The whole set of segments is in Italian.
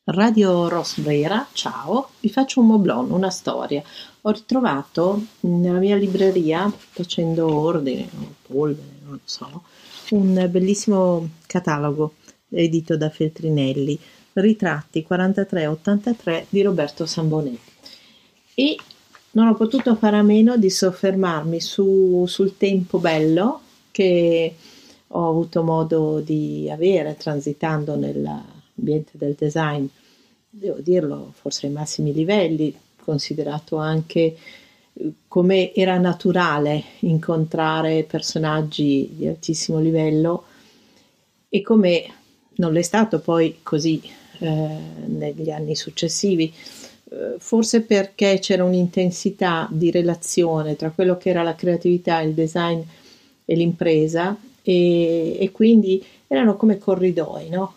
Radio Rosbrera, ciao, vi faccio un moblon, una storia. Ho ritrovato nella mia libreria, facendo ordine, o polvere, non lo so, un bellissimo catalogo edito da Feltrinelli, Ritratti 43-83 di Roberto Sambonè. E non ho potuto fare a meno di soffermarmi sul tempo bello che ho avuto modo di avere transitando nell'ambiente del design, devo dirlo, forse ai massimi livelli, considerato anche come era naturale incontrare personaggi di altissimo livello e come non l'è stato poi così negli anni successivi. Forse perché c'era un'intensità di relazione tra quello che era la creatività, il design e l'impresa, e quindi erano come corridoi, no?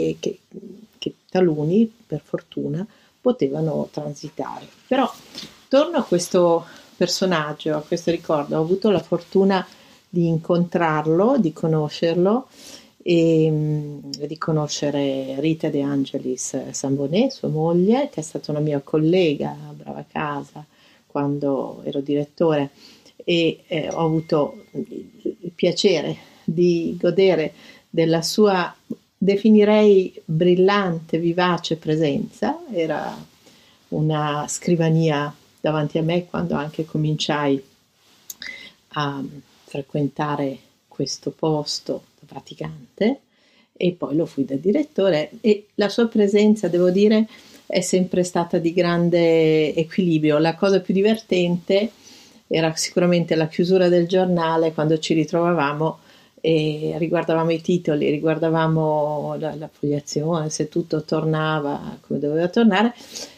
Che taluni, per fortuna, potevano transitare. Però torno a questo personaggio, a questo ricordo. Ho avuto la fortuna di incontrarlo, di conoscerlo e di conoscere Rita De Angelis Sambonè, sua moglie, che è stata una mia collega a Brava Casa quando ero direttore, e ho avuto il piacere di godere della sua, definirei, brillante, vivace presenza. Era una scrivania davanti a me quando anche cominciai a frequentare questo posto da praticante, e poi lo fui da direttore, e la sua presenza, devo dire, è sempre stata di grande equilibrio. La cosa più divertente era sicuramente la chiusura del giornale, quando ci ritrovavamo e riguardavamo i titoli, riguardavamo la fogliazione, se tutto tornava come doveva tornare,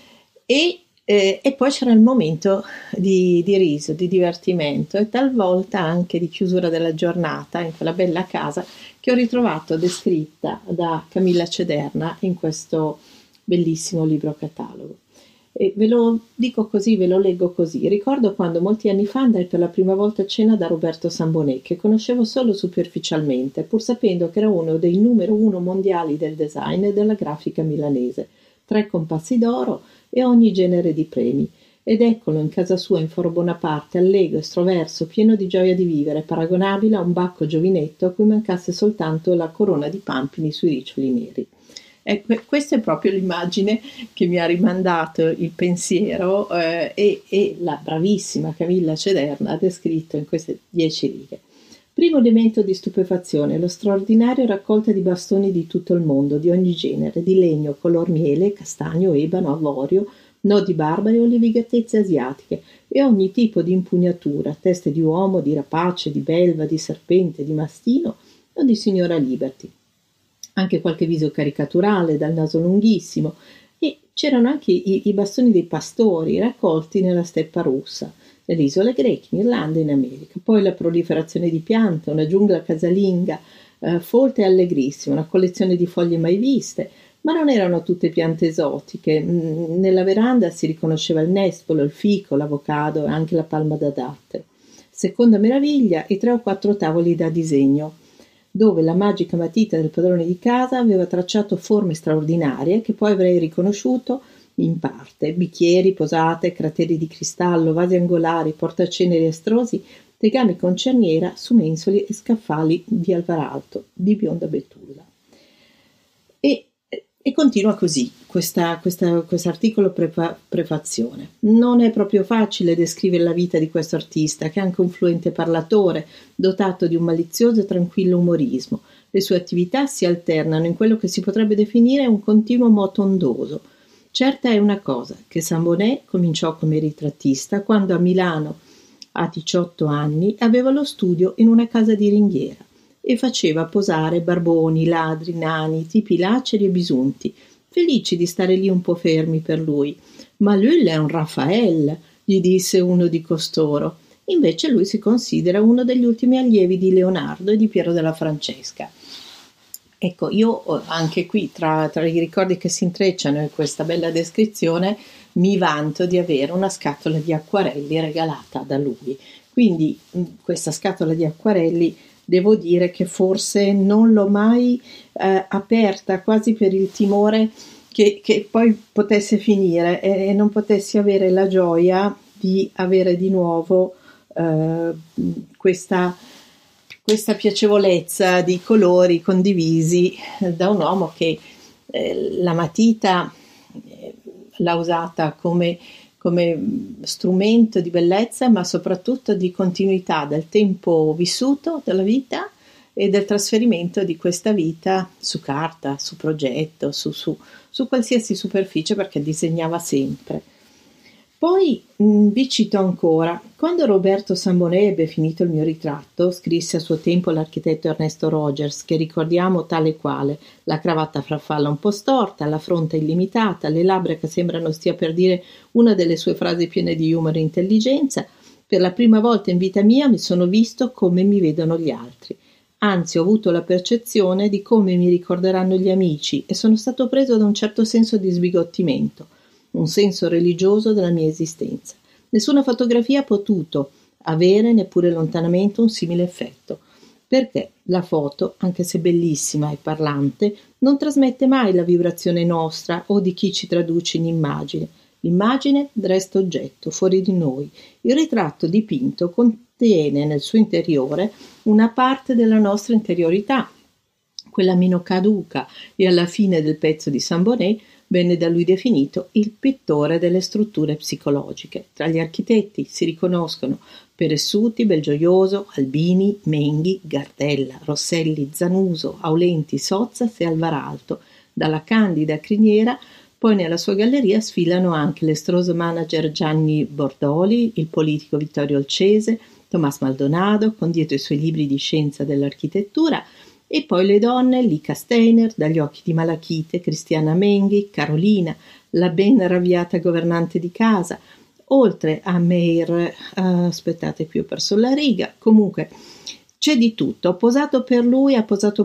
e poi c'era il momento di riso, di divertimento e talvolta anche di chiusura della giornata in quella bella casa che ho ritrovato descritta da Camilla Cederna in questo bellissimo libro catalogo. E ve lo dico così, ve lo leggo così. Ricordo quando molti anni fa andai per la prima volta a cena da Roberto Sambonè, che conoscevo solo superficialmente, pur sapendo che era uno dei numero uno mondiali del design e della grafica milanese. 3 compassi d'oro e ogni genere di premi. Ed eccolo in casa sua in Foro Bonaparte, allegro, estroverso, pieno di gioia di vivere, paragonabile a un bacco giovinetto a cui mancasse soltanto la corona di pampini sui riccioli neri. Questa è proprio l'immagine che mi ha rimandato il pensiero, e la bravissima Camilla Cederna ha descritto in queste 10 righe. Primo elemento di stupefazione, lo straordinario raccolta di bastoni di tutto il mondo, di ogni genere, di legno, color miele, castagno, ebano, avorio, nodi barbari o levigatezze asiatiche, e ogni tipo di impugnatura, teste di uomo, di rapace, di belva, di serpente, di mastino o di signora Liberty. Anche qualche viso caricaturale dal naso lunghissimo, e c'erano anche i bastoni dei pastori raccolti nella steppa russa, nelle isole greche, in Irlanda e in America. Poi la proliferazione di piante, una giungla casalinga, folta e allegrissima, una collezione di foglie mai viste, ma non erano tutte piante esotiche. Nella veranda si riconosceva il nespolo, il fico, l'avocado e anche la palma da dattero. Seconda meraviglia, i 3 o 4 tavoli da disegno, dove la magica matita del padrone di casa aveva tracciato forme straordinarie che poi avrei riconosciuto in parte: bicchieri, posate, crateri di cristallo, vasi angolari, portaceneri estrosi, tegami con cerniera su mensoli e scaffali di alvaralto, di bionda betulla. E, e continua così quest'articolo prefazione. Non è proprio facile descrivere la vita di questo artista, che è anche un fluente parlatore, dotato di un malizioso e tranquillo umorismo. Le sue attività si alternano in quello che si potrebbe definire un continuo moto ondoso. Certa è una cosa, che Sambonè cominciò come ritrattista quando a Milano, a 18 anni, aveva lo studio in una casa di ringhiera e faceva posare barboni, ladri, nani, tipi laceri e bisunti, felici di stare lì un po' fermi per lui. «Ma lui è un Raffaele», gli disse uno di costoro. Invece lui si considera uno degli ultimi allievi di Leonardo e di Piero della Francesca. Ecco, io anche qui, tra i ricordi che si intrecciano in questa bella descrizione, mi vanto di avere una scatola di acquarelli regalata da lui. Quindi questa scatola di acquarelli, devo dire che forse non l'ho mai aperta, quasi per il timore che poi potesse finire e non potessi avere la gioia di avere di nuovo questa piacevolezza di colori condivisi da un uomo che la matita l'ha usata come strumento di bellezza, ma soprattutto di continuità del tempo vissuto, della vita e del trasferimento di questa vita su carta, su progetto, su qualsiasi superficie, perché disegnava sempre. Poi vi cito ancora: quando Roberto Sambonè ebbe finito il mio ritratto, scrisse a suo tempo l'architetto Ernesto Rogers, che ricordiamo tale quale: la cravatta farfalla un po' storta, la fronte illimitata, le labbra che sembrano stia per dire una delle sue frasi piene di humor e intelligenza. Per la prima volta in vita mia mi sono visto come mi vedono gli altri. Anzi, ho avuto la percezione di come mi ricorderanno gli amici e sono stato preso da un certo senso di sbigottimento, un senso religioso della mia esistenza. Nessuna fotografia ha potuto avere neppure lontanamente un simile effetto, perché la foto, anche se bellissima e parlante, non trasmette mai la vibrazione nostra o di chi ci traduce in immagine. L'immagine resta oggetto, fuori di noi. Il ritratto dipinto contiene nel suo interiore una parte della nostra interiorità, quella meno caduca, e alla fine del pezzo di Sambonè venne da lui definito il pittore delle strutture psicologiche. Tra gli architetti si riconoscono Peressuti, Belgioioso, Albini, Menghi, Gardella, Rosselli, Zanuso, Aulenti, Sozzas e Alvaralto. Dalla candida criniera poi nella sua galleria sfilano anche l'estroso manager Gianni Bordoli, il politico Vittorio Olcese, Tomás Maldonado, con dietro i suoi libri di scienza dell'architettura, e poi le donne, Lica Steiner, Dagli occhi di Malachite, Cristiana Menghi, Carolina, la ben ravviata governante di casa, oltre a Meir, aspettate qui ho perso la riga, comunque c'è di tutto. Ha posato per lui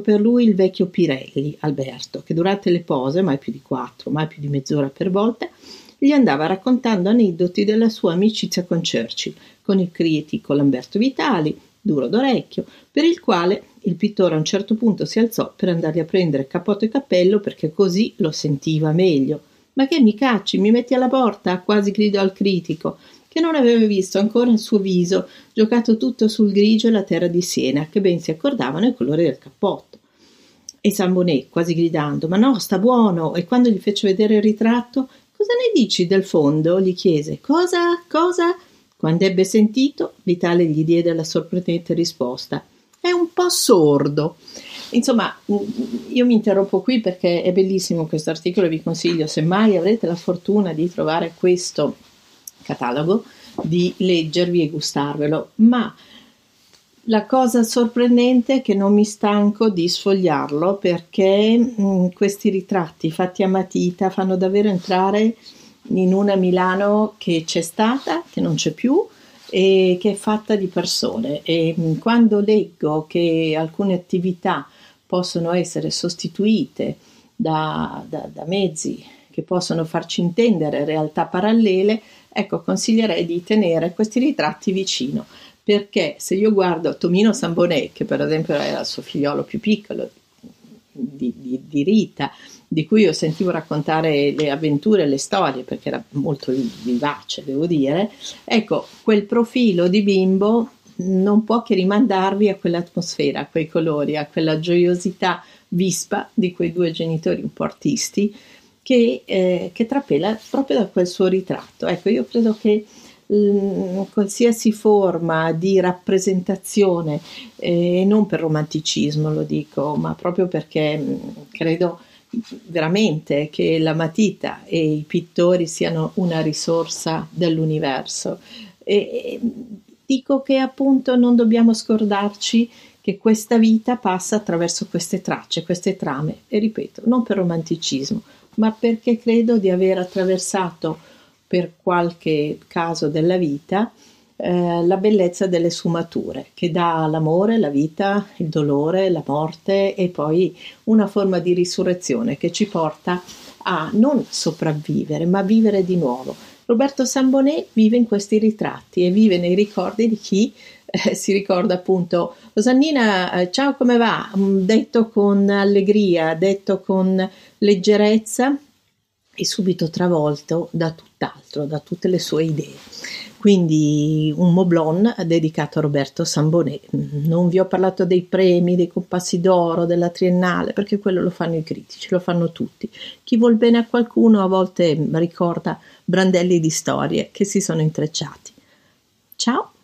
il vecchio Pirelli, Alberto, che durante le pose, mai più di 4, mai più di mezz'ora per volta, gli andava raccontando aneddoti della sua amicizia con Churchill, con il critico Lamberto Vitali, duro d'orecchio, per il quale il pittore a un certo punto si alzò per andargli a prendere cappotto e cappello perché così lo sentiva meglio. «Ma che mi cacci? Mi metti alla porta?» quasi gridò al critico, che non aveva visto ancora il suo viso, giocato tutto sul grigio e la terra di Siena, che ben si accordavano ai colori del cappotto. E Sambonè, quasi gridando: «Ma no, sta buono!» E quando gli fece vedere il ritratto: «Cosa ne dici del fondo?» gli chiese. «Cosa? Cosa?» Quando ebbe sentito, Vitale gli diede la sorprendente risposta: «È un po' sordo». Insomma, io mi interrompo qui perché è bellissimo questo articolo e vi consiglio, se mai avrete la fortuna di trovare questo catalogo, di leggervi e gustarvelo. Ma la cosa sorprendente è che non mi stanco di sfogliarlo, perché questi ritratti fatti a matita fanno davvero entrare in una Milano che c'è stata, che non c'è più e che è fatta di persone. E quando leggo che alcune attività possono essere sostituite da mezzi che possono farci intendere realtà parallele, ecco, consiglierei di tenere questi ritratti vicino, perché se io guardo Tomino Sambonè, che per esempio era il suo figliolo più piccolo, di Rita, di cui io sentivo raccontare le avventure e le storie, perché era molto vivace, devo dire, ecco, quel profilo di bimbo non può che rimandarvi a quell'atmosfera, a quei colori, a quella gioiosità vispa di quei due genitori un po' artisti che trapela proprio da quel suo ritratto. Ecco, io credo che qualsiasi forma di rappresentazione, non per romanticismo lo dico, ma proprio perché credo veramente che la matita e i pittori siano una risorsa dell'universo, e dico che appunto non dobbiamo scordarci che questa vita passa attraverso queste tracce, queste trame, e ripeto, non per romanticismo, ma perché credo di aver attraversato per qualche caso della vita la bellezza delle sfumature che dà l'amore, la vita, il dolore, la morte e poi una forma di risurrezione che ci porta a non sopravvivere ma vivere di nuovo. Roberto Sambonè vive in questi ritratti e vive nei ricordi di chi si ricorda appunto Rosannina, ciao, come va? Detto con allegria, detto con leggerezza, e subito travolto da tutt'altro, da tutte le sue idee. Quindi un Moblon dedicato a Roberto Sambonè. Non vi ho parlato dei premi, dei Compassi d'Oro, della Triennale, perché quello lo fanno i critici, lo fanno tutti. Chi vuol bene a qualcuno a volte ricorda brandelli di storie che si sono intrecciati. Ciao!